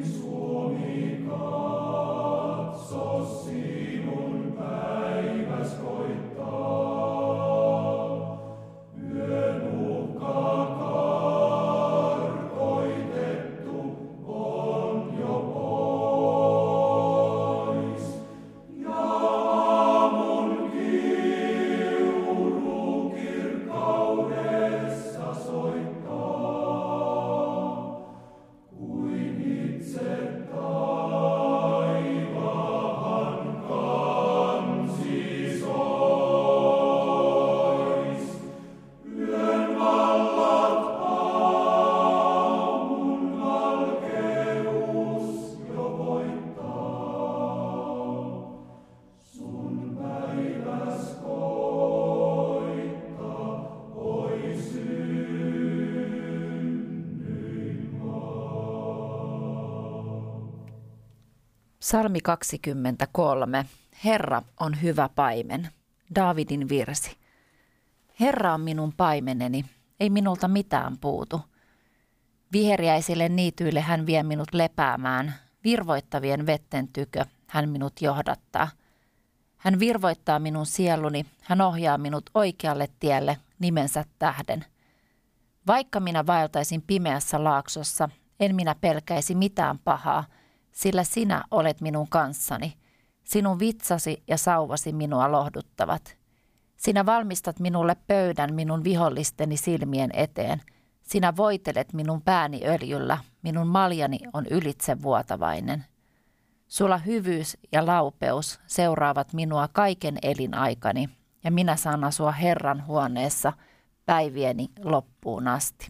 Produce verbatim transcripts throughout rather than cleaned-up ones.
Psalmi kaksikymmentäkolme. Herra on hyvä paimen. Daavidin virsi. Herra on minun paimeneni, ei minulta mitään puutu. Viheriäisille niityille hän vie minut lepäämään, virvoittavien vetten tykö hän minut johdattaa. Hän virvoittaa minun sieluni, hän ohjaa minut oikealle tielle nimensä tähden. Vaikka minä vaeltaisin pimeässä laaksossa, en minä pelkäisi mitään pahaa, sillä sinä olet minun kanssani. Sinun vitsasi ja sauvasi minua lohduttavat. Sinä valmistat minulle pöydän minun vihollisteni silmien eteen. Sinä voitelet minun pääni öljyllä, minun maljani on ylitsevuotavainen. Sulla hyvyys ja laupeus seuraavat minua kaiken elinaikani, ja minä saan asua Herran huoneessa päivieni loppuun asti.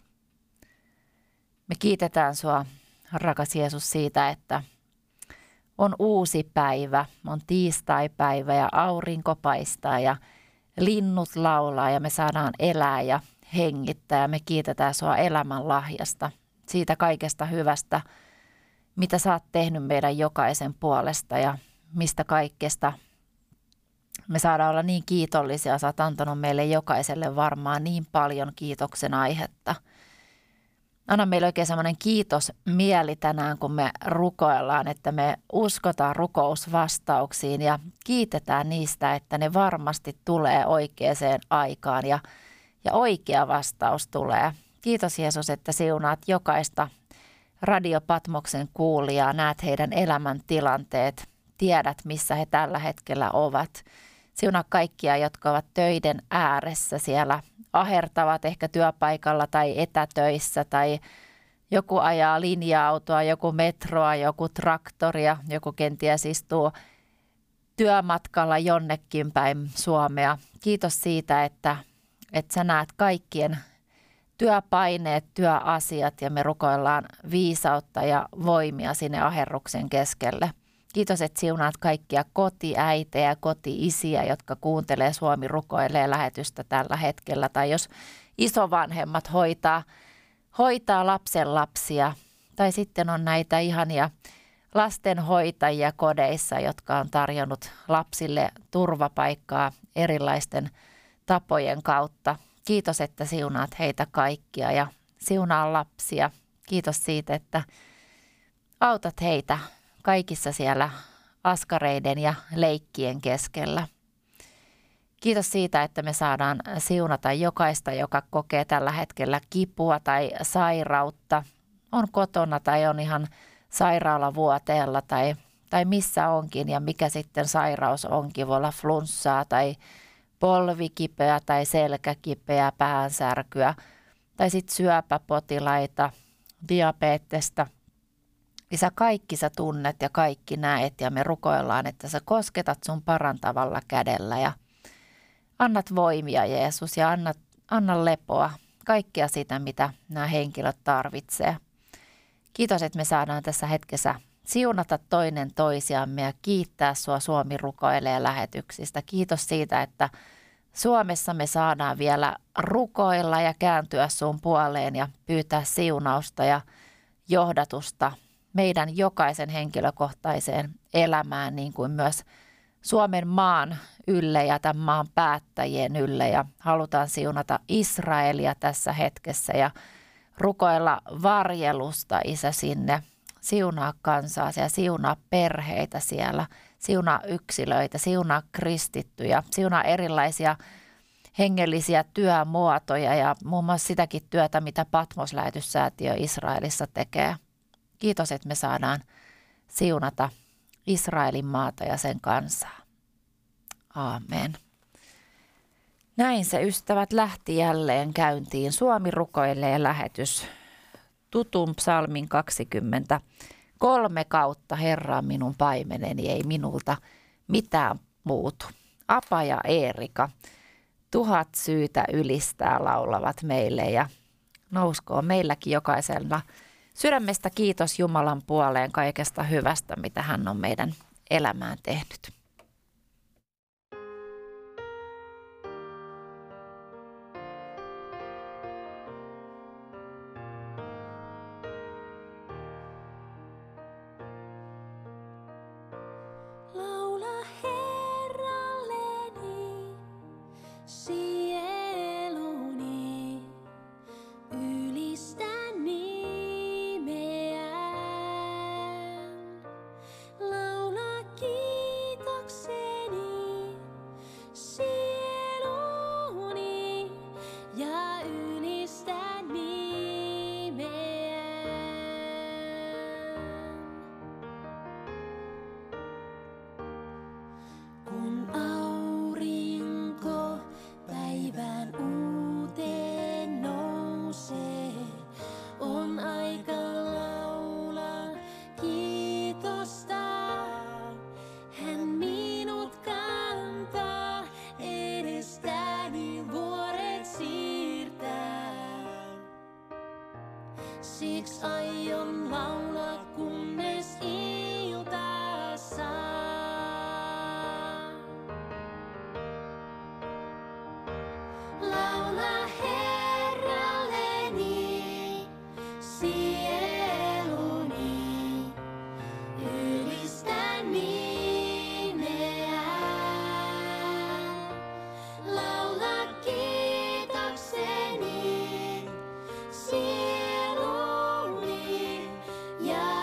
Me kiitetään sua, rakas Jeesus, siitä, että on uusi päivä, on tiistaipäivä ja aurinko paistaa ja linnut laulaa ja me saadaan elää ja hengittää ja me kiitetään sua elämän lahjasta, siitä kaikesta hyvästä, mitä sä oot tehnyt meidän jokaisen puolesta ja mistä kaikesta me saadaan olla niin kiitollisia. Sä oot antanut meille jokaiselle varmaan niin paljon kiitoksen aihetta. Anna meille oikein semmoinen kiitos mieli tänään, kun me rukoillaan, että me uskotaan rukousvastauksiin ja kiitetään niistä, että ne varmasti tulee oikeaan aikaan ja, ja oikea vastaus tulee. Kiitos Jeesus, että siunaat jokaista Radio Patmoksen kuulijaa, näet heidän elämäntilanteet, tiedät missä he tällä hetkellä ovat. Siunaa kaikkia, jotka ovat töiden ääressä siellä, ahertavat ehkä työpaikalla tai etätöissä tai joku ajaa linja-autoa, joku metroa, joku traktoria, joku kenties istuu työmatkalla jonnekin päin Suomea. Kiitos siitä, että, että sä näet kaikkien työpaineet, työasiat ja me rukoillaan viisautta ja voimia sinne aherruksen keskelle. Kiitos, että siunaat kaikkia kotiäitejä ja koti-isiä, jotka kuuntelee Suomi rukoilee lähetystä tällä hetkellä. Tai jos isovanhemmat hoitaa, hoitaa lapsen lapsia. Tai sitten on näitä ihania lastenhoitajia kodeissa, jotka on tarjonnut lapsille turvapaikkaa erilaisten tapojen kautta. Kiitos, että siunaat heitä kaikkia ja siunaa lapsia. Kiitos siitä, että autat heitä kaikissa siellä askareiden ja leikkien keskellä. Kiitos siitä, että me saadaan siunata jokaista, joka kokee tällä hetkellä kipua tai sairautta. On kotona tai on ihan sairaalavuoteella tai, tai missä onkin ja mikä sitten sairaus onkin. Voi olla flunssaa tai polvikipeä tai selkäkipeä, päänsärkyä tai sitten syöpäpotilaita, diabetesta. Ja sä kaikki sä tunnet ja kaikki näet ja me rukoillaan, että sä kosketat sun parantavalla kädellä ja annat voimia Jeesus ja annat, anna lepoa, kaikkea sitä, mitä nämä henkilöt tarvitsee. Kiitos, että me saadaan tässä hetkessä siunata toinen toisiamme ja kiittää sua Suomi rukoilee lähetyksistä. Kiitos siitä, että Suomessa me saadaan vielä rukoilla ja kääntyä sun puoleen ja pyytää siunausta ja johdatusta meidän jokaisen henkilökohtaiseen elämään, niin kuin myös Suomen maan ylle ja tämän maan päättäjien ylle. Ja halutaan siunata Israelia tässä hetkessä ja rukoilla varjelusta, Isä, sinne Siunaa kansaa ja siunaa perheitä siellä, siunaa yksilöitä, siunaa kristittyjä, siunaa erilaisia hengellisiä työmuotoja ja muun muassa sitäkin työtä, mitä Patmos-lähetyssäätiö Israelissa tekee. Kiitos, että me saadaan siunata Israelin maata ja sen kansaa. Aamen. Näin se, ystävät, lähti jälleen käyntiin. Suomi rukoilee lähetys. Tutun psalmin kaksikymmentäkolme kautta Herra minun paimeneni, ei minulta mitään muutu. Apa ja Eerika, tuhat syytä ylistää laulavat meille ja nouskoon meilläkin jokaisella sydämestä kiitos Jumalan puoleen kaikesta hyvästä, mitä hän on meidän elämään tehnyt. Laula Herralleni, sieluni, ylistä nimeään. Laula kiitokseni, sieluni, ja ylistä nimeään. Kun aurinko päivän uuteen nousee, on aika laulaa kiitosta. Hän minut kantaa, edestäni vuoret siirtää. Siksi aion laulaa, kunnes ilta saa. Laula Herralleni, sieluni, ylistä nimeään. Laula kiitokseni, sieluni, ja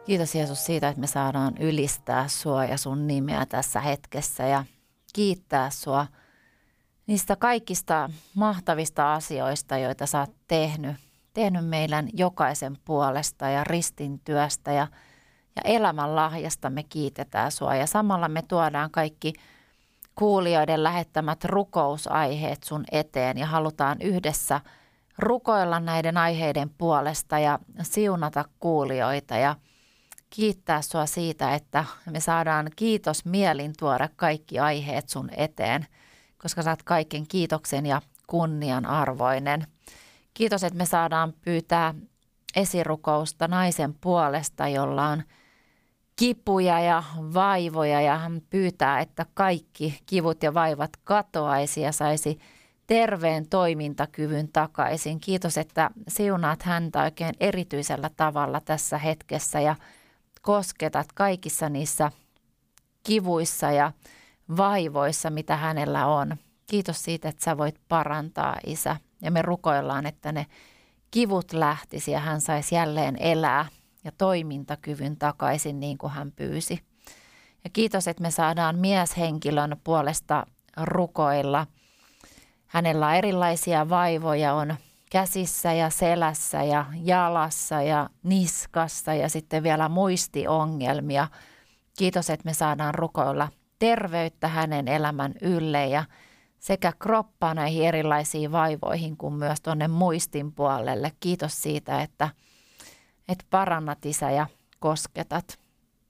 Kiitos Jeesus siitä, että me saadaan ylistää sua ja sun nimeä tässä hetkessä ja kiittää sua niistä kaikista mahtavista asioista, joita sä oot tehnyt. Tehnyt meidän jokaisen puolesta ja ristin työstä ja, ja elämän lahjasta me kiitetään sua. Ja samalla me tuodaan kaikki kuulijoiden lähettämät rukousaiheet sun eteen ja halutaan yhdessä rukoilla näiden aiheiden puolesta ja siunata kuulijoita ja kiittää sua siitä, että me saadaan kiitos mielin tuoda kaikki aiheet sun eteen, koska sä oot kaiken kiitoksen ja kunnian arvoinen. Kiitos, että me saadaan pyytää esirukousta naisen puolesta, jolla on kipuja ja vaivoja ja hän pyytää, että kaikki kivut ja vaivat katoaisi ja saisi terveen toimintakyvyn takaisin. Kiitos, että siunaat häntä oikein erityisellä tavalla tässä hetkessä ja kosketat kaikissa niissä kivuissa ja vaivoissa, mitä hänellä on. Kiitos siitä, että sä voit parantaa, Isä. Ja me rukoillaan, että ne kivut lähtisi ja hän saisi jälleen elää ja toimintakyvyn takaisin niin kuin hän pyysi. Ja kiitos, että me saadaan mieshenkilön puolesta rukoilla. Hänellä on erilaisia vaivoja, on käsissä ja selässä ja jalassa ja niskassa ja sitten vielä muistiongelmia. Kiitos, että me saadaan rukoilla terveyttä hänen elämän ylle ja sekä kroppaa näihin erilaisiin vaivoihin kuin myös tuonne muistin puolelle. Kiitos siitä, että, että parannat, Isä, ja kosketat.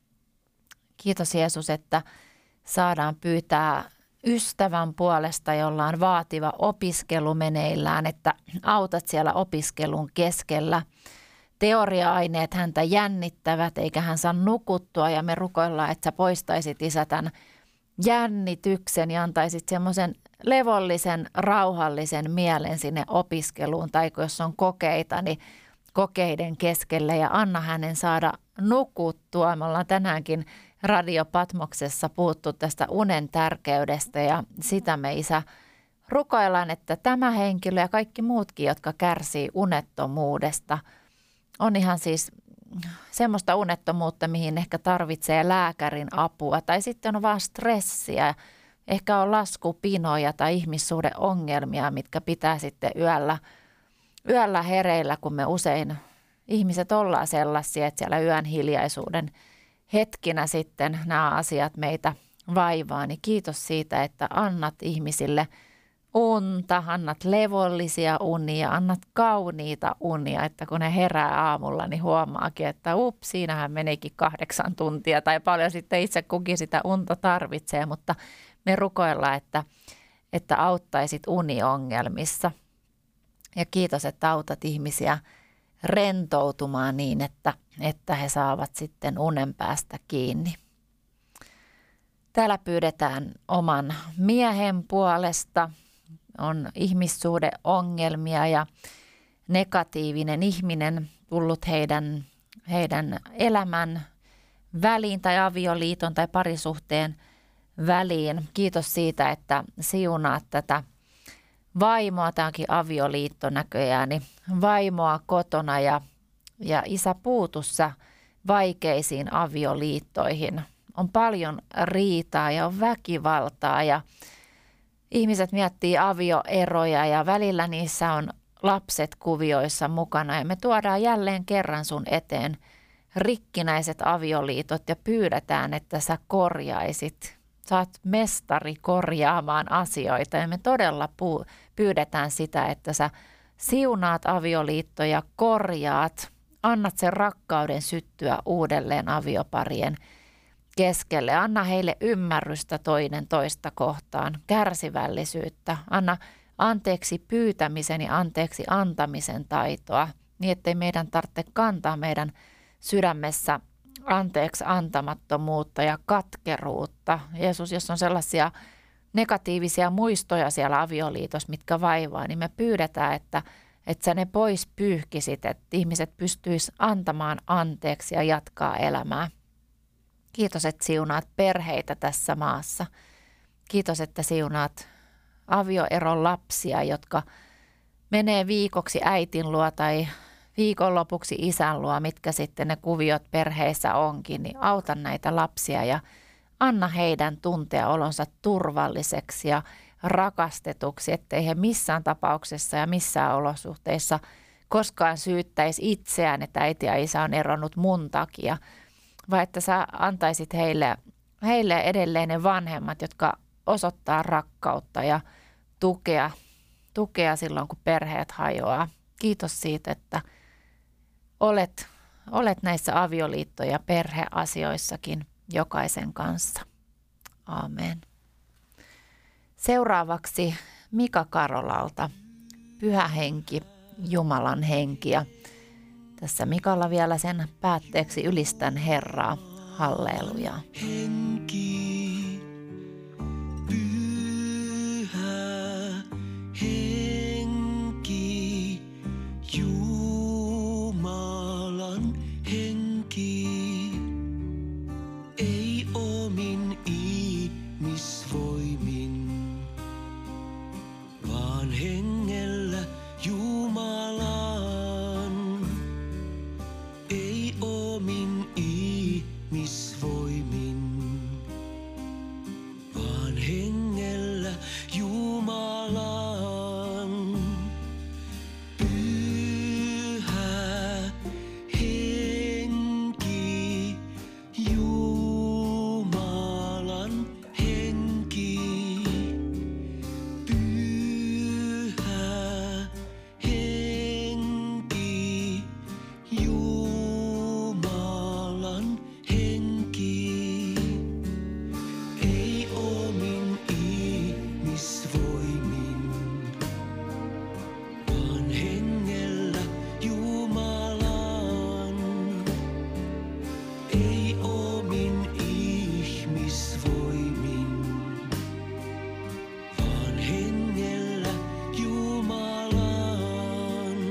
Kiitos Jeesus, että saadaan pyytää ystävän puolesta, jolla on vaativa opiskelu meneillään, että autat siellä opiskelun keskellä. Teoria-aineet häntä jännittävät, eikä hän saa nukuttua ja me rukoillaan, että sä poistaisit, Isä, tämän jännityksen ja antaisit semmoisen levollisen, rauhallisen mielen sinne opiskeluun tai jos on kokeita, niin kokeiden keskelle ja anna hänen saada nukuttua. Me ollaan tänäänkin Radio Patmoksessa puhuttu tästä unen tärkeydestä ja sitä me, Isä, rukoillaan, että tämä henkilö ja kaikki muutkin, jotka kärsii unettomuudesta, on ihan siis semmoista unettomuutta, mihin ehkä tarvitsee lääkärin apua tai sitten on vaan stressiä, ehkä on laskupinoja tai ihmissuhdeongelmia, mitkä pitää sitten yöllä, yöllä hereillä, kun me usein ihmiset ollaan sellaisia, että siellä yön hiljaisuuden hetkinä sitten nämä asiat meitä vaivaa, niin kiitos siitä, että annat ihmisille unta, annat levollisia unia, annat kauniita unia, että kun ne herää aamulla, niin huomaakin, että ups, siinähän menikin kahdeksan tuntia tai paljon sitten itse kukin sitä unta tarvitsee, mutta me rukoillaan, että, että auttaisit uniongelmissa. Ja kiitos, että autat ihmisiä rentoutumaan niin, että, että he saavat sitten unen päästä kiinni. Täällä pyydetään oman miehen puolesta. On ihmissuhdeongelmia ja negatiivinen ihminen tullut heidän, heidän elämän väliin tai avioliiton tai parisuhteen väliin. Kiitos siitä, että siunaat tätä vaimoa, tämä onkin avioliitto näköjään, niin vaimoa kotona ja, ja Isä puutussa vaikeisiin avioliittoihin. On paljon riitaa ja on väkivaltaa ja ihmiset miettii avioeroja ja välillä niissä on lapset kuvioissa mukana ja me tuodaan jälleen kerran sun eteen rikkinäiset avioliitot ja pyydetään, että sä korjaisit. Sä oot mestari korjaamaan asioita ja me todella puu- pyydetään sitä, että sä siunaat avioliittoja, korjaat, annat sen rakkauden syttyä uudelleen avioparien keskelle. Anna heille ymmärrystä toinen toista kohtaan, kärsivällisyyttä. Anna anteeksi pyytämisen ja anteeksi antamisen taitoa, niin ettei meidän tarvitse kantaa meidän sydämessä anteeksi antamattomuutta ja katkeruutta. Jeesus, jos on sellaisia negatiivisia muistoja siellä avioliitossa, mitkä vaivaa, niin me pyydetään, että, että sä ne pois pyyhkisit, että ihmiset pystyis antamaan anteeksi ja jatkaa elämää. Kiitos, että siunaat perheitä tässä maassa. Kiitos, että siunaat avioeron lapsia, jotka menee viikoksi äitin luo tai viikonlopuksi isän luo, mitkä sitten ne kuviot perheessä onkin, niin auta näitä lapsia ja anna heidän tuntea olonsa turvalliseksi ja rakastetuksi, ettei he missään tapauksessa ja missään olosuhteissa koskaan syyttäisi itseään, että äiti ja isä on eronnut mun takia, vaan että sä antaisit heille, heille edelleen ne vanhemmat, jotka osoittaa rakkautta ja tukea, tukea silloin, kun perheet hajoaa. Kiitos siitä, että olet, olet näissä avioliitto- ja perheasioissakin jokaisen kanssa. Aamen. Seuraavaksi Mika Karolalta, Pyhä henki, Jumalan henki. Ja tässä Mikalla vielä sen päätteeksi ylistän Herraa. Halleluja. Henki, pyhä henki, Jumalan henki, ei omin ihmisvoimin, vaan hengellä Jumalan, ei omin ihmisvoimin, vaan hengellä Jumalan. Pyhä henki, Jumalan henki, pyhä henki, Jumalan henki, ei omin ihmisvoimin, vaan hengellä Jumalan, ei omin ihmisvoimin, vaan hengellä Jumalan.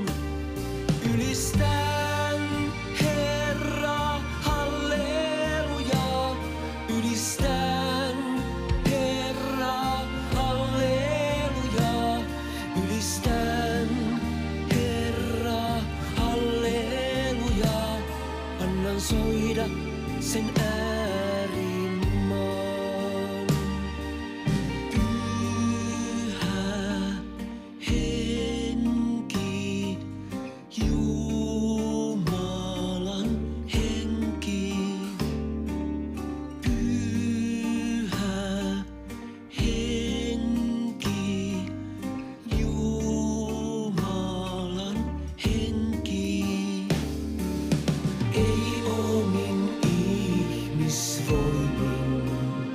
Ylistän Herraa, halleluja. Ylistän Herraa, halleluja. Ylistän Herraa, halleluja. Annan soida sen äärimaan. Pyhä henki, Jumalan henki, pyhä henki, Jumalan henki, ei omin ihmisvoimin,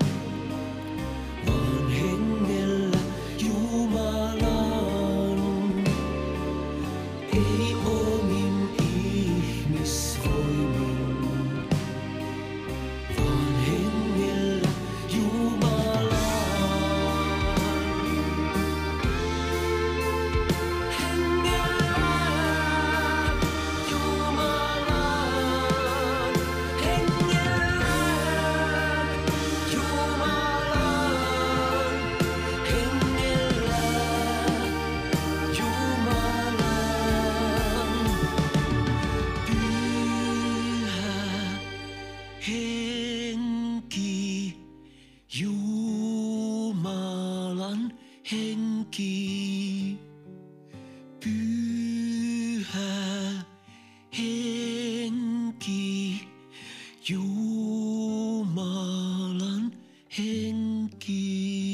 vaan hengellä Jumalan, ei omin ihmisvoimin, vaan hengellä Jumalan. Hengellä Jumalan, hengellä Jumalan, hengellä Jumalan. Pyhä henki, Jumalan henki, pyhä henki, Jumalan henki.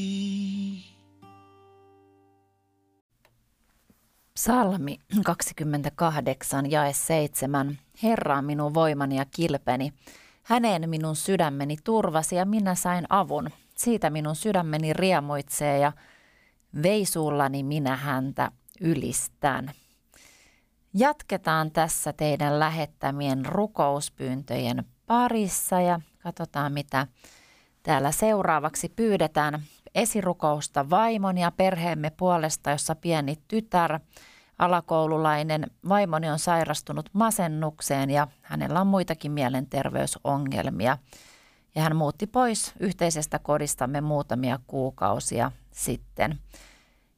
Psalmi kaksikymmentäkahdeksan, jae seitsemän. Herra on minun voimani ja kilpeni. Häneen minun sydämeni turvasi ja minä sain avun. Siitä minun sydämeni riemuitsee ja veisuullani minä häntä ylistän. Jatketaan tässä teidän lähettämien rukouspyyntöjen parissa ja katsotaan mitä täällä seuraavaksi pyydetään. Esirukousta vaimon ja perheemme puolesta, jossa pieni tytär, alakoululainen, vaimoni on sairastunut masennukseen ja hänellä on muitakin mielenterveysongelmia. Ja hän muutti pois yhteisestä kodistamme muutamia kuukausia sitten.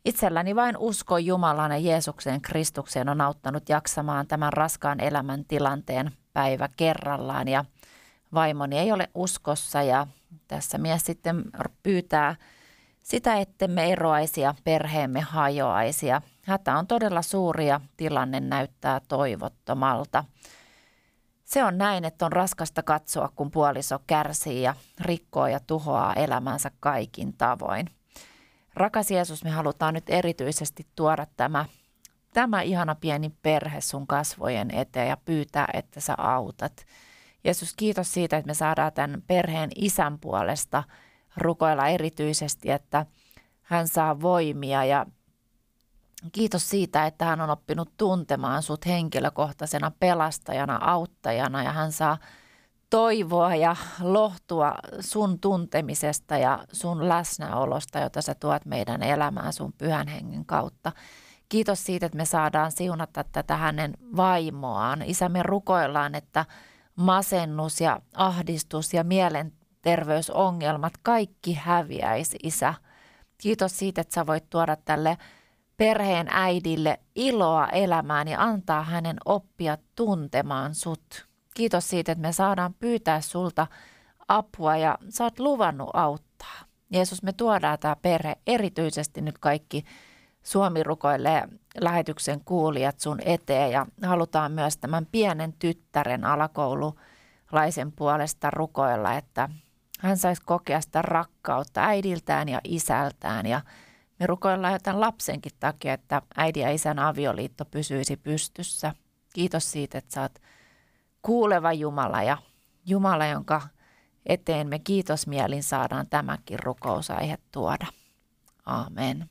Itselläni vain usko Jumalaan ja Jeesukseen Kristukseen on auttanut jaksamaan tämän raskaan elämän tilanteen päivä kerrallaan ja vaimoni ei ole uskossa ja tässä mies sitten pyytää sitä, ettemme eroaisi ja perheemme hajoaisi. Ja hätä on todella suuri ja tilanne näyttää toivottomalta. Se on näin, että on raskasta katsoa, kun puoliso kärsii ja rikkoo ja tuhoaa elämänsä kaikin tavoin. Rakas Jeesus, me halutaan nyt erityisesti tuoda tämä, tämä ihana pieni perhe sun kasvojen eteen ja pyytää, että sä autat. Jeesus, kiitos siitä, että me saadaan tämän perheen isän puolesta rukoilla erityisesti, että hän saa voimia ja kiitos siitä, että hän on oppinut tuntemaan sut henkilökohtaisena pelastajana, auttajana ja hän saa toivoa ja lohtua sun tuntemisesta ja sun läsnäolosta, jota sä tuot meidän elämään sun pyhän hengen kautta. Kiitos siitä, että me saadaan siunata tätä hänen vaimoaan. Isä, me rukoillaan, että masennus ja ahdistus ja mielenterveysongelmat kaikki häviäisi, Isä. Kiitos siitä, että sä voit tuoda tälle perheen äidille iloa elämään ja antaa hänen oppia tuntemaan sut. Kiitos siitä, että me saadaan pyytää sulta apua ja sä oot luvannut auttaa. Jeesus, me tuodaan tämä perhe, erityisesti nyt kaikki Suomi rukoilee lähetyksen kuulijat sun eteen ja halutaan myös tämän pienen tyttären alakoululaisen puolesta rukoilla, että hän saisi kokea sitä rakkautta äidiltään ja isältään ja me rukoillaan jo tämän lapsenkin takia, että äidin ja isän avioliitto pysyisi pystyssä. Kiitos siitä, että sä oot kuuleva Jumala ja Jumala, jonka eteen me kiitosmielin saadaan tämäkin rukousaihe tuoda. Aamen.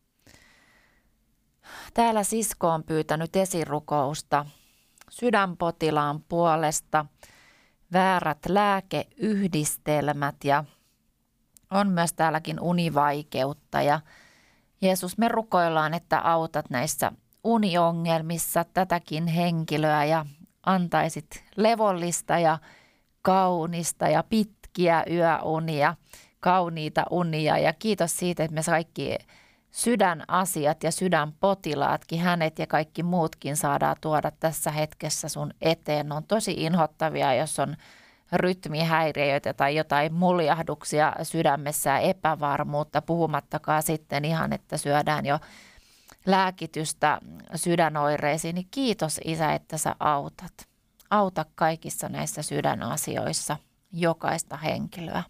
Täällä sisko on pyytänyt esirukousta sydänpotilaan puolesta, väärät lääkeyhdistelmät ja on myös täälläkin univaikeutta. Ja Jeesus, me rukoillaan, että autat näissä uniongelmissa tätäkin henkilöä ja antaisit levollista ja kaunista ja pitkiä yöunia, kauniita unia ja kiitos siitä, että me kaikki sydänasiat ja sydänpotilaatkin, hänet ja kaikki muutkin saadaan tuoda tässä hetkessä sun eteen. Ne on tosi inhottavia, jos on rytmihäiriöitä tai jotain muljahduksia sydämessä ja epävarmuutta, puhumattakaan sitten ihan, että syödään jo lääkitystä sydänoireisiin, niin kiitos Isä, että sä autat. Auta kaikissa näissä sydänasioissa jokaista henkilöä.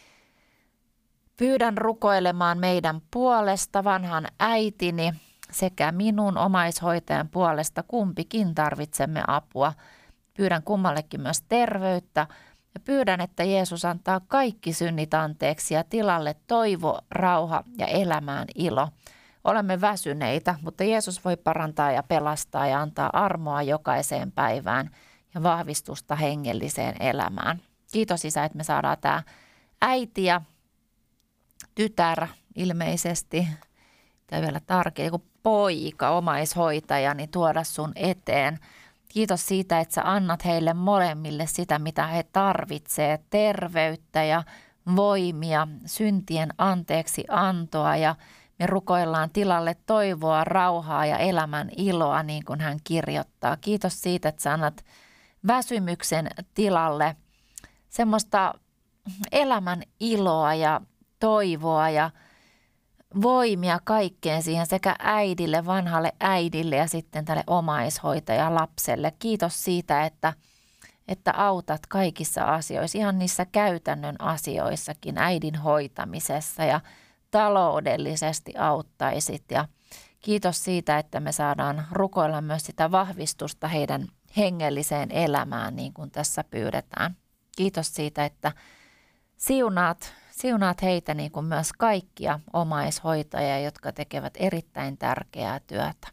Pyydän rukoilemaan meidän puolesta vanhan äitini sekä minun omaishoitajan puolesta, kumpikin tarvitsemme apua. Pyydän kummallekin myös terveyttä ja pyydän, että Jeesus antaa kaikki synnit anteeksi ja tilalle toivo, rauha ja elämään ilo. Olemme väsyneitä, mutta Jeesus voi parantaa ja pelastaa ja antaa armoa jokaiseen päivään ja vahvistusta hengelliseen elämään. Kiitos Isä, että me saadaan tämä äiti ja tytär ilmeisesti, tai vielä tarkemmin, joku poika, omaishoitaja, niin tuoda sun eteen. Kiitos siitä, että sä annat heille molemmille sitä, mitä he tarvitsee, terveyttä ja voimia, syntien anteeksi antoa ja me rukoillaan tilalle toivoa, rauhaa ja elämän iloa, niin kuin hän kirjoittaa. Kiitos siitä, että sä annat väsymyksen tilalle semmoista elämän iloa ja toivoa ja voimia kaikkeen siihen sekä äidille, vanhalle äidille ja sitten tälle omaishoitaja lapselle. Kiitos siitä, että, että autat kaikissa asioissa, ihan niissä käytännön asioissakin, äidin hoitamisessa ja taloudellisesti auttaisit. Ja kiitos siitä, että me saadaan rukoilla myös sitä vahvistusta heidän hengelliseen elämään, niin kuin tässä pyydetään. Kiitos siitä, että siunaat, siunaat heitä niin kuin myös kaikkia omaishoitajia, jotka tekevät erittäin tärkeää työtä.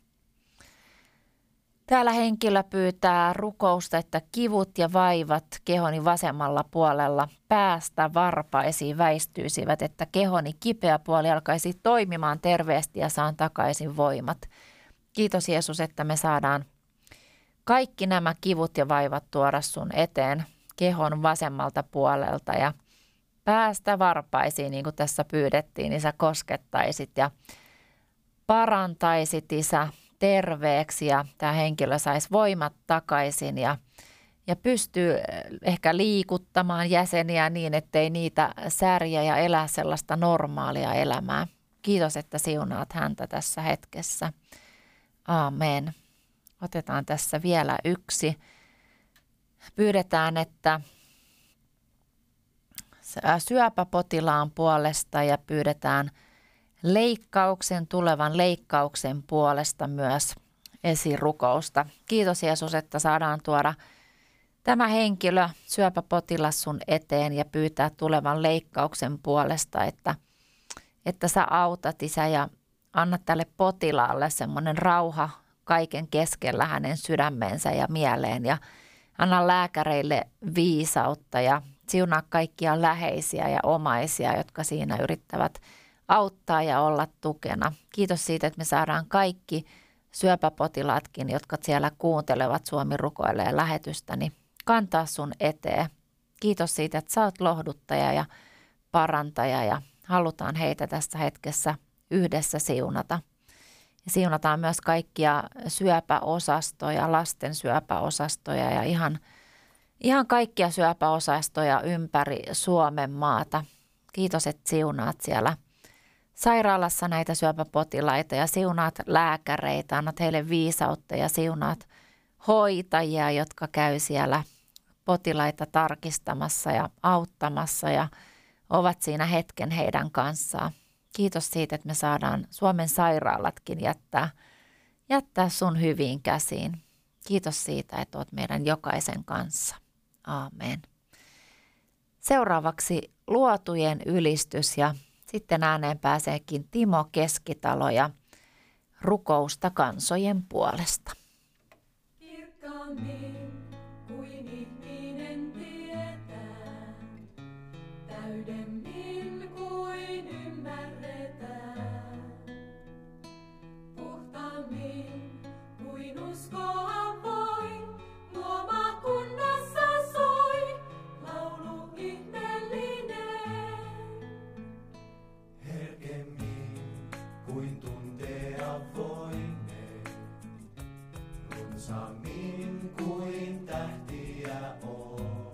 Täällä henkilö pyytää rukousta, että kivut ja vaivat kehoni vasemmalla puolella päästä varpaisiin väistyisivät, että kehoni kipeä puoli alkaisi toimimaan terveesti ja saan takaisin voimat. Kiitos Jeesus, että me saadaan kaikki nämä kivut ja vaivat tuoda sun eteen kehon vasemmalta puolelta ja päästä varpaisiin, niin kuin tässä pyydettiin, niin sä koskettaisit ja parantaisit, Isä, terveeksi ja tämä henkilö saisi voimat takaisin ja, ja pystyy ehkä liikuttamaan jäseniä niin, ettei niitä särjä ja elää sellaista normaalia elämää. Kiitos, että siunaat häntä tässä hetkessä. Aamen. Otetaan tässä vielä yksi. Pyydetään, että syöpäpotilaan puolesta ja pyydetään leikkauksen, tulevan leikkauksen puolesta myös esirukousta. Kiitos Jeesus, että saadaan tuoda tämä henkilö, syöpäpotilas sun eteen ja pyytää tulevan leikkauksen puolesta, että, että sä autat, Isä, ja anna tälle potilaalle semmoinen rauha kaiken keskellä hänen sydämensä ja mieleen ja anna lääkäreille viisautta ja siunaa kaikkia läheisiä ja omaisia, jotka siinä yrittävät auttaa ja olla tukena. Kiitos siitä, että me saadaan kaikki syöpäpotilaatkin, jotka siellä kuuntelevat Suomi rukoilee lähetystä, niin kantaa sun eteen. Kiitos siitä, että sä oot lohduttaja ja parantaja ja halutaan heitä tässä hetkessä yhdessä siunata. Ja siunataan myös kaikkia syöpäosastoja, lasten syöpäosastoja ja ihan, ihan kaikkia syöpäosastoja ympäri Suomen maata. Kiitos, että siunaat siellä sairaalassa näitä syöpäpotilaita ja siunaat lääkäreitä, annat heille viisautta ja siunaat hoitajia, jotka käy siellä potilaita tarkistamassa ja auttamassa ja ovat siinä hetken heidän kanssaan. Kiitos siitä, että me saadaan Suomen sairaalatkin jättää, jättää sun hyviin käsiin. Kiitos siitä, että oot meidän jokaisen kanssa. Aamen. Seuraavaksi luotujen ylistys ja sitten ääneen pääseekin Timo Keskitalo ja rukousta kansojen puolesta. Kirkkaammin kuin ihminen tietää, täydemmin kuin ymmärretään. Puhtaammin kuin uskoa voi, luoma kunnassa soi, laulu ihmeellinen. Herkemmin kuin tuntea voimme, runsaammin kuin tähtiä on.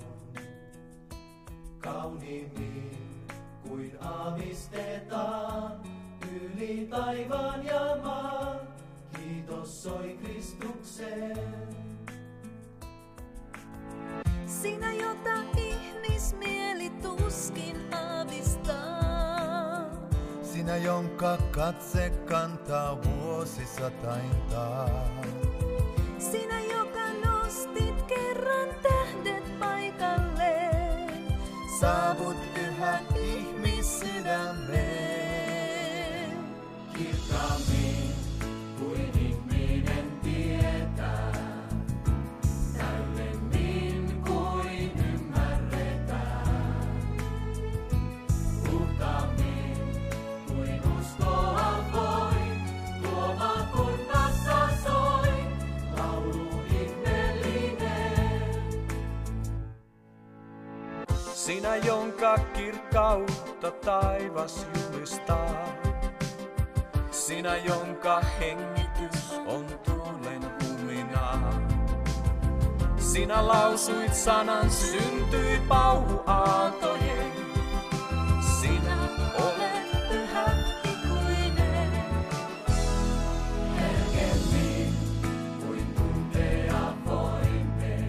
Kauniimmin kuin aavistetaan, yli taivaan ja maan, kiitos soi Kristuksen. Sinä, jota ihmismieli tuskin aavistaa. Sinä, jonka katse kantaa vuosisatainta. Sinä, joka nostit kerran tähdet paikalleen. Saavut yhä ihmissydämeen. Kirkkaammin kuin ihminen tietää, täydemmin kuin ymmärretään. Puhtaammin kuin uskoa voi, luoma kunnassa soi, laulu ihmeellinen. Sinä, jonka kirkkautta taivas julistaa. Sinä, jonka hengitys on tuulen huminaa. Sinä lausuit sanan, syntyi pauhuaaltojen. Sinä olet pyhä ikuinen. Herkemmin kuin tuntea voimme,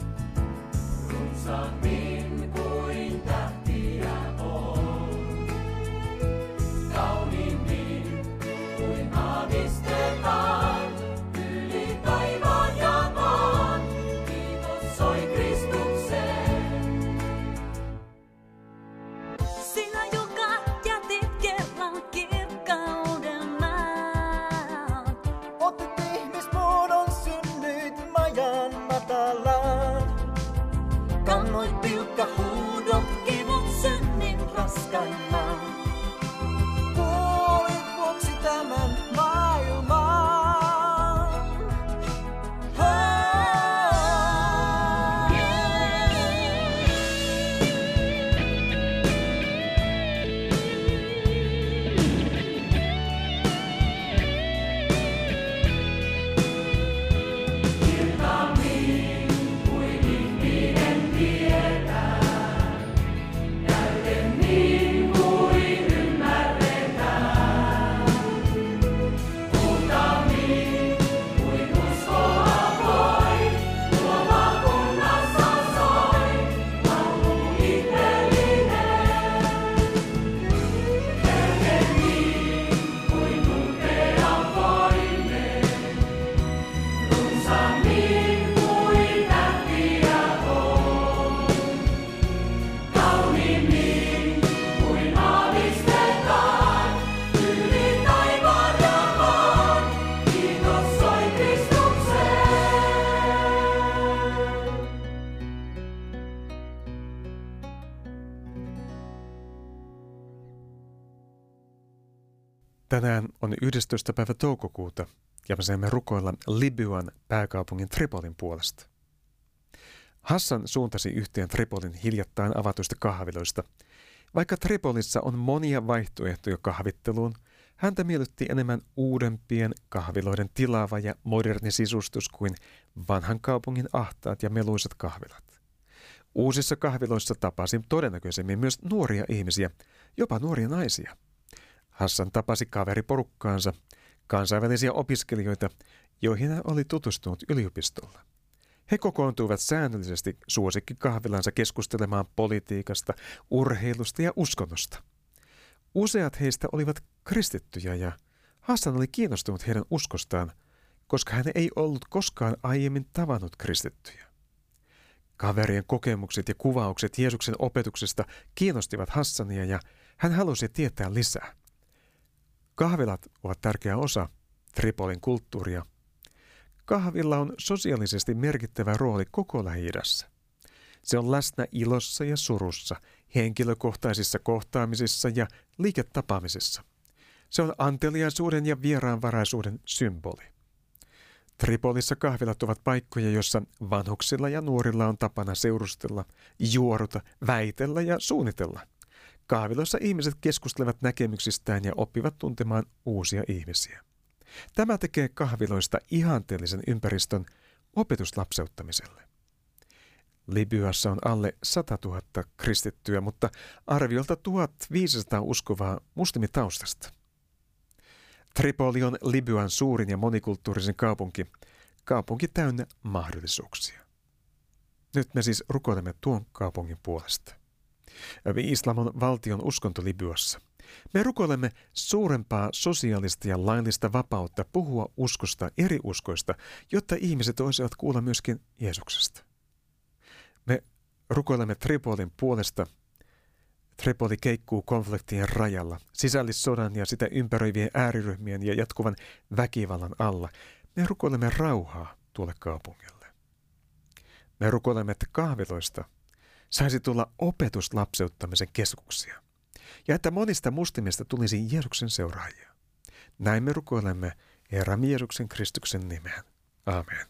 runsaammin kuin tähtiä on. Kauniimmin kuin aavistetaan, yli taivaan ja maan, kiitos soi Kristuksen. Tänään on yhdestoista päivä toukokuuta ja me saamme rukoilla Libyan pääkaupungin Tripolin puolesta. Hassan suuntasi yhteen Tripolin hiljattain avatuista kahviloista. Vaikka Tripolissa on monia vaihtoehtoja kahvitteluun, häntä miellytti enemmän uudempien kahviloiden tilaava ja moderni sisustus kuin vanhan kaupungin ahtaat ja meluisat kahvilat. Uusissa kahviloissa tapasi todennäköisemmin myös nuoria ihmisiä, jopa nuoria naisia. Hassan tapasi kaveriporukkaansa, kansainvälisiä opiskelijoita, joihin hän oli tutustunut yliopistolla. He kokoontuivat säännöllisesti suosikkikahvilansa keskustelemaan politiikasta, urheilusta ja uskonnosta. Useat heistä olivat kristittyjä ja Hassan oli kiinnostunut heidän uskostaan, koska hän ei ollut koskaan aiemmin tavannut kristittyjä. Kaverien kokemukset ja kuvaukset Jeesuksen opetuksesta kiinnostivat Hassania ja hän halusi tietää lisää. Kahvilat ovat tärkeä osa Tripolin kulttuuria. Kahvilla on sosiaalisesti merkittävä rooli koko Lähi-idässä. Se on läsnä ilossa ja surussa, henkilökohtaisissa kohtaamisissa ja liiketapaamisissa. Se on anteliaisuuden ja vieraanvaraisuuden symboli. Tripolissa kahvilat ovat paikkoja, joissa vanhuksilla ja nuorilla on tapana seurustella, juoruta, väitellä ja suunnitella. Kahviloissa ihmiset keskustelevat näkemyksistään ja oppivat tuntemaan uusia ihmisiä. Tämä tekee kahviloista ihanteellisen ympäristön opetuslapseuttamiselle. Libyassa on alle sata tuhatta kristittyä, mutta arviolta tuhatviisisataa uskovaa muslimitaustasta. Tripoli on Libyan suurin ja monikulttuurisen kaupunki, kaupunki täynnä mahdollisuuksia. Nyt me siis rukoilemme tuon kaupungin puolesta. Islam on valtion uskonto Libyassa. Me rukoilemme suurempaa sosiaalista ja laillista vapautta puhua uskosta, eri uskoista, jotta ihmiset voisivat kuulla myöskin Jeesuksesta. Me rukoilemme Tripolin puolesta. Tripoli keikkuu konfliktien rajalla, sisällissodan ja sitä ympäröivien ääriryhmien ja jatkuvan väkivallan alla. Me rukoilemme rauhaa tuolle kaupungille. Me rukoilemme, että kahviloista saisi tulla opetuslapseuttamisen keskuksia ja että monista muslimista tulisi Jeesuksen seuraajia. Näin me rukoilemme Herramme Jeesuksen Kristuksen nimeen. Amen.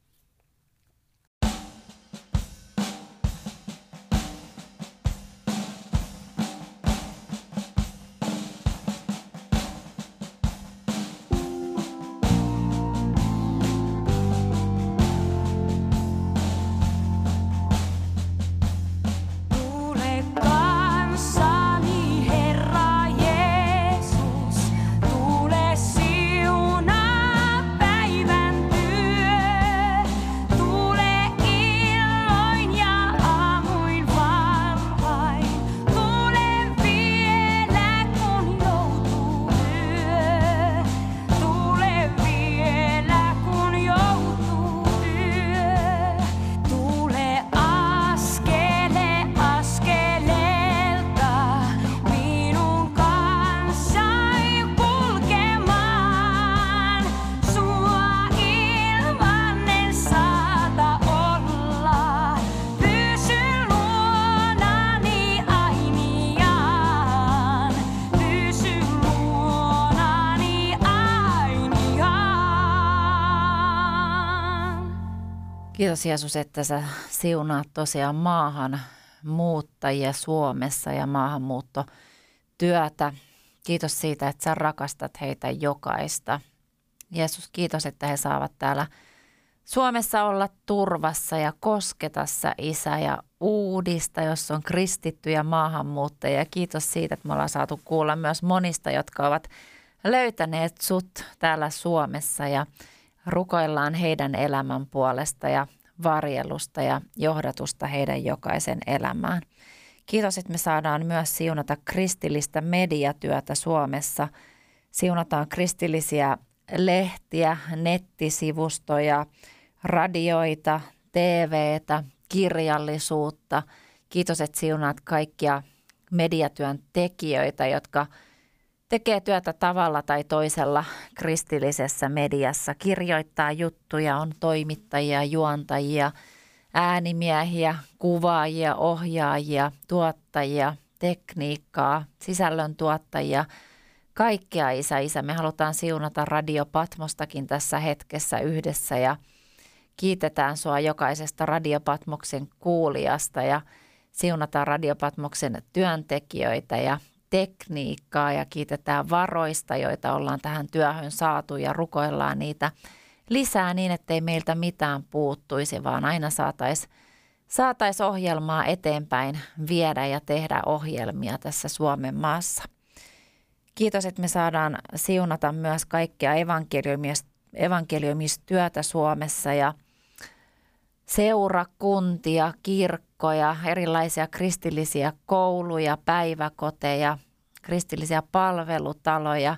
Tule kanssani, Herra Jeesus, tule siunaa päivän työ. Tule illoin ja aamuin varhain, tule vielä kun joutuu yö. Tule vielä kun joutuu yö. Tule askele askeleelta minun kanssani kulkemaan. Sua ilman en saata olla. Pysy luonani ainiaan. Pysy luonani ainiaan. Kiitos Jeesus, että sä siunaat tosiaan maahan muuttajia Suomessa ja maahanmuuttotyötä. Kiitos siitä, että sä rakastat heitä jokaista. Jeesus, kiitos, että he saavat täällä Suomessa olla turvassa ja kosketa sä, Isä, ja uudista, jos on kristittyjä maahanmuuttajia. Kiitos siitä, että me ollaan saatu kuulla myös monista, jotka ovat löytäneet sut täällä Suomessa ja rukoillaan heidän elämän puolesta ja varjelusta ja johdatusta heidän jokaisen elämään. Kiitos, että me saadaan myös siunata kristillistä mediatyötä Suomessa. Siunataan kristillisiä lehtiä, nettisivustoja, radioita, T V:tä, kirjallisuutta. Kiitos, että siunaat kaikkia mediatyön tekijöitä, jotka tekee työtä tavalla tai toisella kristillisessä mediassa. Kirjoittaa juttuja, on toimittajia, juontajia, äänimiehiä, kuvaajia, ohjaajia, tuottajia, tekniikkaa, sisällöntuottajia. kaikkea, Isä, Isä. Me halutaan siunata Radio Patmostakin tässä hetkessä yhdessä ja kiitetään sua jokaisesta Radio Patmoksen kuulijasta ja siunataan Radio Patmoksen työntekijöitä ja tekniikkaa ja kiitetään varoista, joita ollaan tähän työhön saatu ja rukoillaan niitä lisää niin, ettei meiltä mitään puuttuisi, vaan aina saataisiin saatais ohjelmaa eteenpäin viedä ja tehdä ohjelmia tässä Suomen maassa. Kiitos, että me saadaan siunata myös kaikkia evankeliumistyötä Suomessa ja seurakuntia, kirkkoja, erilaisia kristillisiä kouluja, päiväkoteja, kristillisiä palvelutaloja.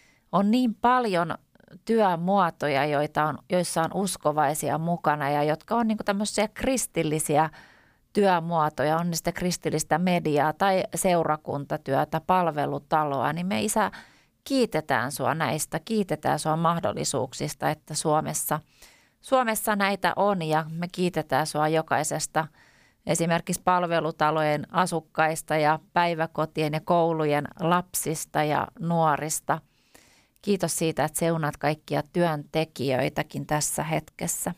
On niin paljon työmuotoja, joita on, joissa on uskovaisia mukana ja jotka on niin kuin tämmöisiä kristillisiä työmuotoja, on niistä kristillistä mediaa tai seurakuntatyötä, palvelutaloa, niin me Isä kiitetään sua näistä, kiitetään sua mahdollisuuksista, että Suomessa, Suomessa näitä on ja me kiitetään sua jokaisesta esimerkiksi palvelutalojen asukkaista ja päiväkotien ja koulujen lapsista ja nuorista. Kiitos siitä, että seunat kaikkia työntekijöitäkin tässä hetkessä.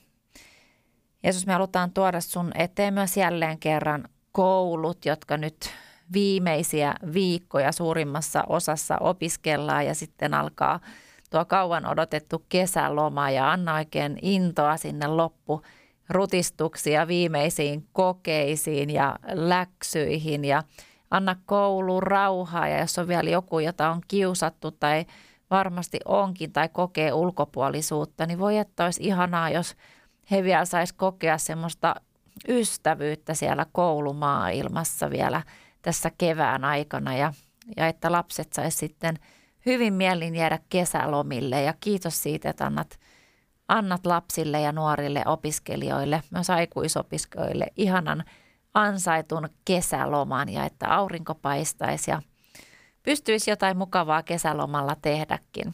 Jeesus, me halutaan tuoda sun eteen myös jälleen kerran koulut, jotka nyt viimeisiä viikkoja suurimmassa osassa opiskellaan ja sitten alkaa tuo kauan odotettu kesäloma ja anna oikein intoa sinne loppu rutistuksia viimeisiin kokeisiin ja läksyihin ja anna kouluun rauhaa ja jos on vielä joku, jota on kiusattu tai varmasti onkin tai kokee ulkopuolisuutta, niin voi että olisi ihanaa, jos he vielä sais kokea semmoista ystävyyttä siellä koulumaailmassa vielä tässä kevään aikana ja, ja että lapset sais sitten hyvin mielin jäädä kesälomille ja kiitos siitä, että annat, annat lapsille ja nuorille opiskelijoille, myös aikuisopiskelijoille ihanan ansaitun kesäloman ja että aurinko paistaisi ja pystyisi jotain mukavaa kesälomalla tehdäkin.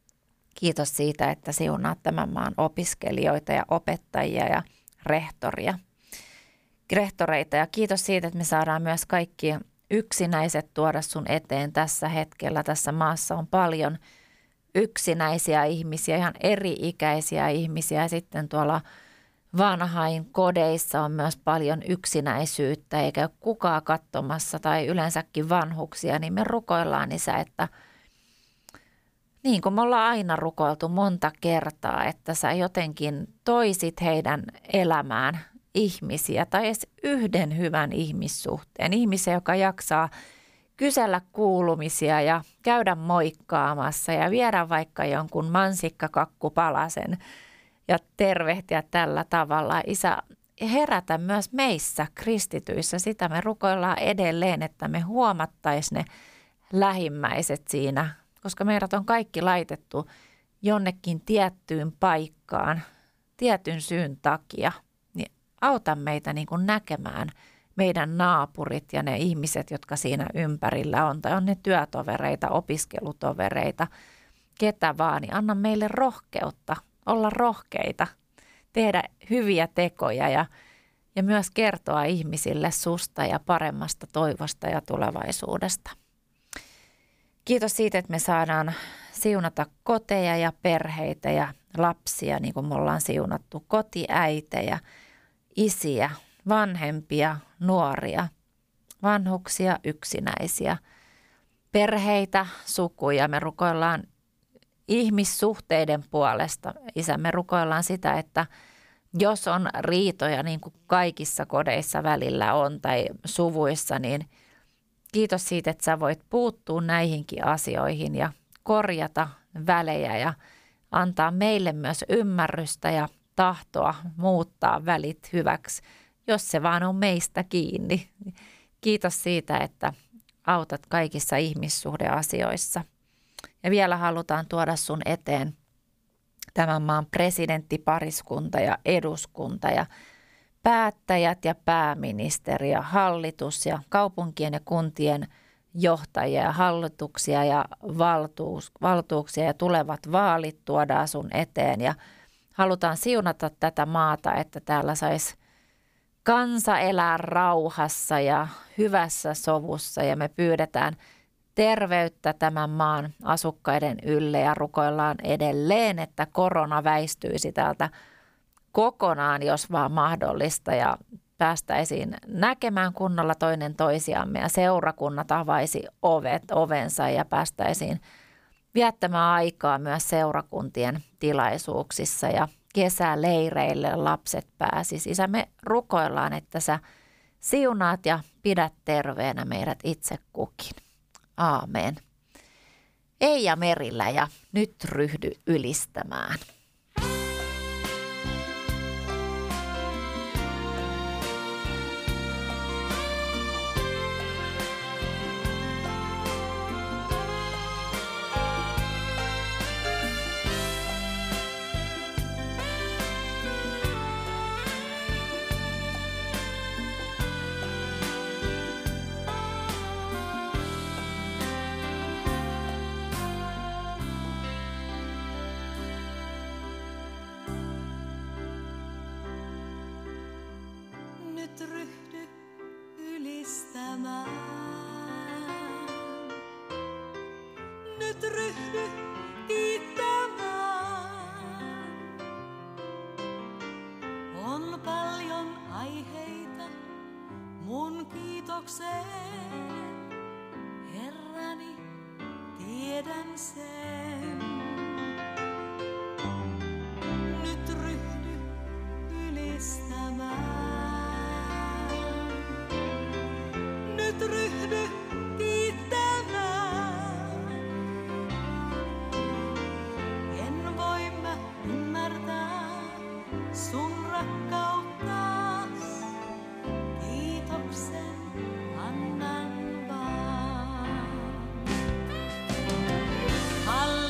Kiitos siitä, että siunaat tämän maan opiskelijoita ja opettajia ja rehtoria, rehtoreita. Ja kiitos siitä, että me saadaan myös kaikki yksinäiset tuoda sun eteen tässä hetkellä. Tässä maassa on paljon yksinäisiä ihmisiä, ihan eri-ikäisiä ihmisiä. Ja sitten tuolla vanhain kodeissa on myös paljon yksinäisyyttä, eikä ole kukaan katsomassa tai yleensäkin vanhuksia. Niin me rukoillaan, Isä, että niin kuin me ollaan aina rukoiltu monta kertaa, että sä jotenkin toisit heidän elämään ihmisiä tai edes yhden hyvän ihmissuhteen. Ihmisiä, joka jaksaa kysellä kuulumisia ja käydä moikkaamassa ja viedä vaikka jonkun mansikkakakkupalasen ja tervehtiä tällä tavalla. Isä, herätä myös meissä kristityissä. Sitä me rukoillaan edelleen, että me huomattaisiin ne lähimmäiset siinä, koska meidät on kaikki laitettu jonnekin tiettyyn paikkaan, tietyn syyn takia, niin auta meitä niin kuin näkemään meidän naapurit ja ne ihmiset, jotka siinä ympärillä on, tai on ne työtovereita, opiskelutovereita, ketä vaan, niin anna meille rohkeutta, olla rohkeita, tehdä hyviä tekoja ja, ja myös kertoa ihmisille susta ja paremmasta toivosta ja tulevaisuudesta. Kiitos siitä, että me saadaan siunata koteja ja perheitä ja lapsia, niin kuin me ollaan siunattu kotiäitejä, isiä, vanhempia, nuoria, vanhuksia, yksinäisiä, perheitä, sukuja. Me rukoillaan ihmissuhteiden puolesta. Isä, me rukoillaan sitä, että jos on riitoja, niin kuin kaikissa kodeissa välillä on tai suvuissa, niin kiitos siitä, että sä voit puuttua näihinkin asioihin ja korjata välejä ja antaa meille myös ymmärrystä ja tahtoa muuttaa välit hyväksi, jos se vaan on meistä kiinni. Kiitos siitä, että autat kaikissa ihmissuhdeasioissa. Ja vielä halutaan tuoda sun eteen tämän maan presidenttipariskunta ja eduskunta ja päättäjät ja pääministeri ja hallitus ja kaupunkien ja kuntien johtajia ja hallituksia ja valtuus, valtuuksia ja tulevat vaalit tuodaan sun eteen ja halutaan siunata tätä maata, että täällä saisi kansa elää rauhassa ja hyvässä sovussa ja me pyydetään terveyttä tämän maan asukkaiden ylle ja rukoillaan edelleen, että korona väistyisi täältä kokonaan, jos vaan mahdollista, ja päästäisiin näkemään kunnolla toinen toisiamme ja seurakunnat avaisi ovet, ovensa ja päästäisiin viettämään aikaa myös seurakuntien tilaisuuksissa ja kesäleireille lapset pääsis. Isä, me rukoillaan, että sä siunaat ja pidät terveenä meidät itse kukin. Aamen. Eija Merillä ja nyt ryhdy ylistämään. Nyt ryhdy ylistämään. Nyt ryhdy kiittämään. On paljon aiheita mun kiitokseen. Herrani, tiedän sen. Nyt ryhdy ylistämään. Nyt ryhdy kiittämään. En voi mä ymmärtää sun rakkauttas. Kiitoksen annan vaan. Halleluja.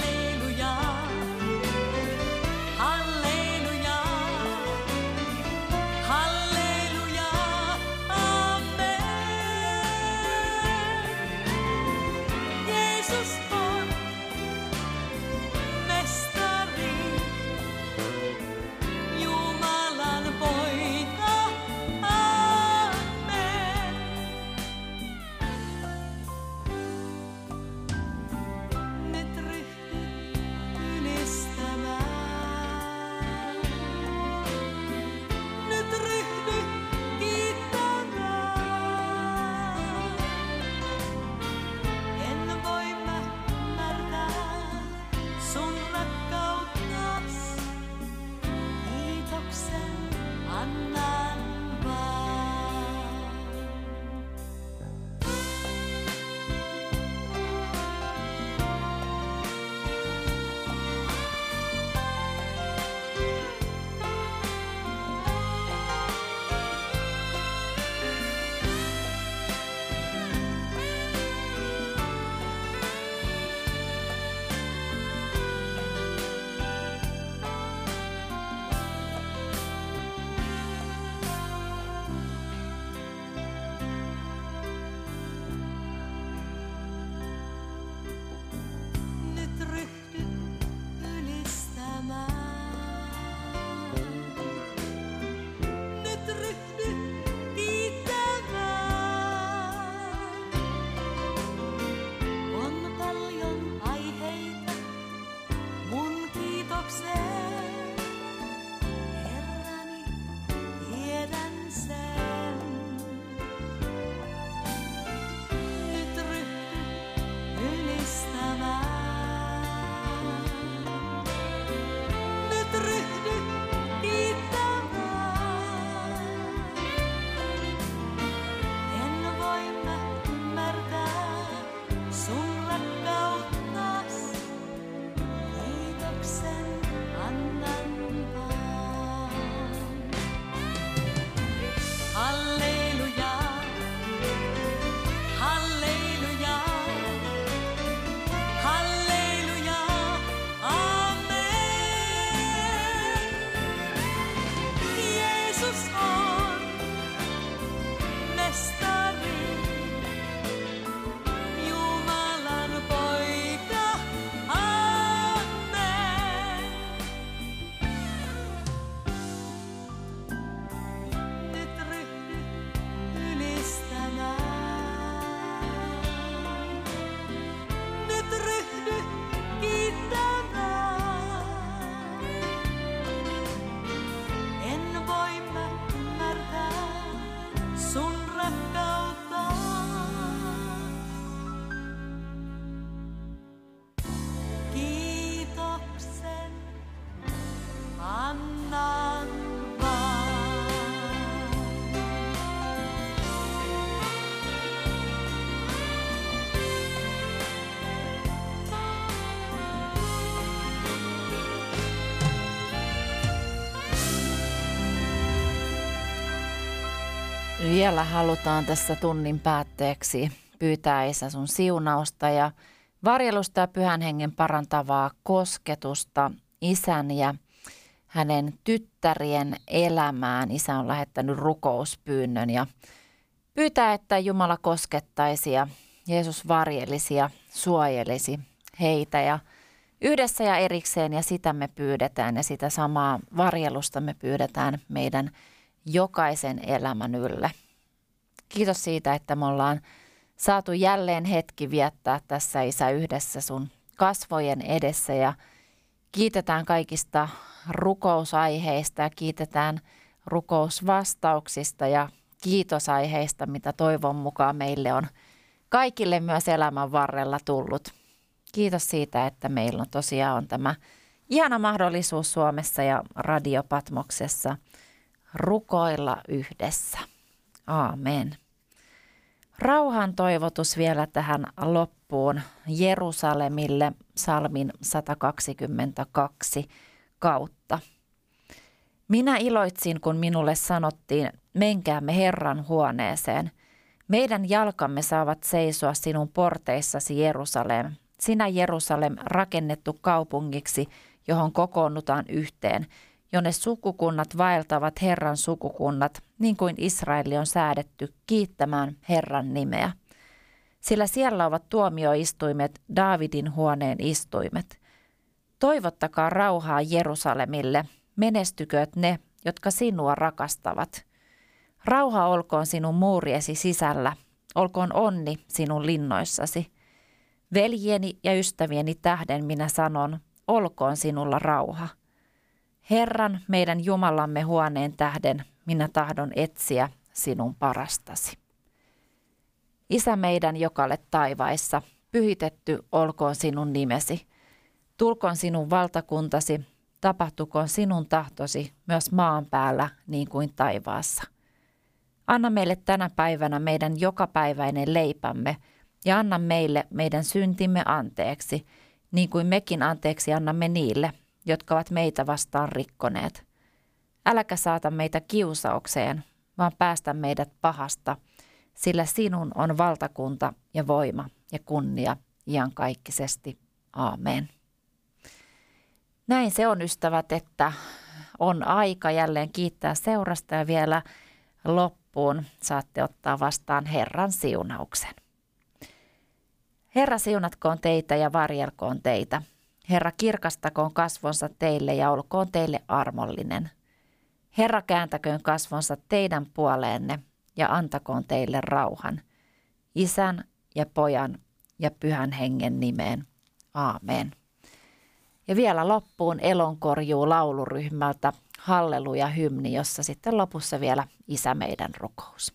Vielä halutaan tässä tunnin päätteeksi pyytää Isä sun siunausta ja varjelusta ja Pyhän Hengen parantavaa kosketusta Isän ja hänen tyttärien elämään. Isä on lähettänyt rukouspyynnön ja pyytää, että Jumala koskettaisi ja Jeesus varjelisi ja suojelisi heitä ja yhdessä ja erikseen, ja sitä me pyydetään ja sitä samaa varjelusta me pyydetään meidän jokaisen elämän ylle. Kiitos siitä, että me ollaan saatu jälleen hetki viettää tässä, Isä, yhdessä sun kasvojen edessä, ja kiitetään kaikista rukousaiheista ja kiitetään rukousvastauksista ja kiitosaiheista, mitä toivon mukaan meille on kaikille myös elämän varrella tullut. Kiitos siitä, että meillä on tosiaan on tämä ihana mahdollisuus Suomessa ja Radio Patmoksessa rukoilla yhdessä. Aamen. Rauhan toivotus vielä tähän loppuun Jerusalemille psalmin sata kaksikymmentäkaksi kautta. Minä iloitsin, kun minulle sanottiin, menkäämme Herran huoneeseen. Meidän jalkamme saavat seisoa sinun porteissasi, Jerusalem. Sinä, Jerusalem, rakennettu kaupungiksi, johon kokoonnutaan yhteen, jonne sukukunnat vaeltavat Herran sukukunnat, niin kuin Israeli on säädetty kiittämään Herran nimeä. Sillä siellä ovat tuomioistuimet, Daavidin huoneen istuimet. Toivottakaa rauhaa Jerusalemille, menestykööt ne, jotka sinua rakastavat. Rauha olkoon sinun muuriesi sisällä, olkoon onni sinun linnoissasi. Veljeni ja ystävieni tähden minä sanon, olkoon sinulla rauha. Herran, meidän Jumalamme huoneen tähden, minä tahdon etsiä sinun parastasi. Isä meidän, joka olet taivaissa, pyhitetty olkoon sinun nimesi. Tulkoon sinun valtakuntasi, tapahtukoon sinun tahtosi myös maan päällä niin kuin taivaassa. Anna meille tänä päivänä meidän jokapäiväinen leipämme ja anna meille meidän syntimme anteeksi, niin kuin mekin anteeksi annamme niille, jotka ovat meitä vastaan rikkoneet. Äläkä saata meitä kiusaukseen, vaan päästä meidät pahasta, sillä sinun on valtakunta ja voima ja kunnia iankaikkisesti. Aamen. Näin se on, ystävät, että on aika jälleen kiittää seurasta ja vielä loppuun saatte ottaa vastaan Herran siunauksen. Herra siunatkoon teitä ja varjelkoon teitä. Herra kirkastakoon kasvonsa teille ja olkoon teille armollinen. Herra kääntäköön kasvonsa teidän puoleenne ja antakoon teille rauhan. Isän ja Pojan ja Pyhän Hengen nimeen. Aamen. Ja vielä loppuun elonkorjuu lauluryhmältä Halleluja hymni, jossa sitten lopussa vielä Isä meidän rukous.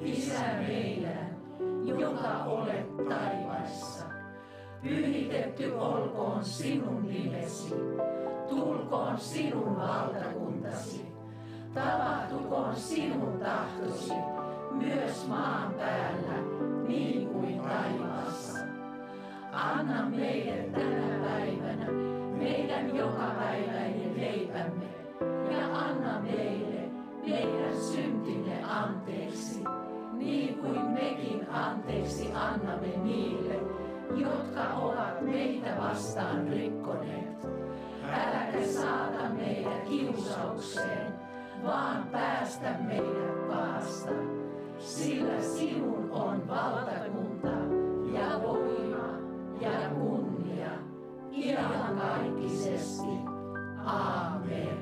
Isä meidän, joka olet taivaissa. Pyhitetty olkoon sinun nimesi, tulkoon sinun valtakuntasi. Tapahtukoon sinun tahtosi, myös maan päällä, niin kuin taivaassa. Anna meille tänä päivänä meidän jokapäiväinen leipämme, ja anna meille meidän syntimme anteeksi, niin kuin mekin anteeksi annamme niille, jotka ovat meitä vastaan rikkoneet. Äläkä saata meitä kiusaukseen, vaan päästä meidät pahasta, sillä sinun on valtakunta ja voima ja kunnia iankaikkisesti. Aamen.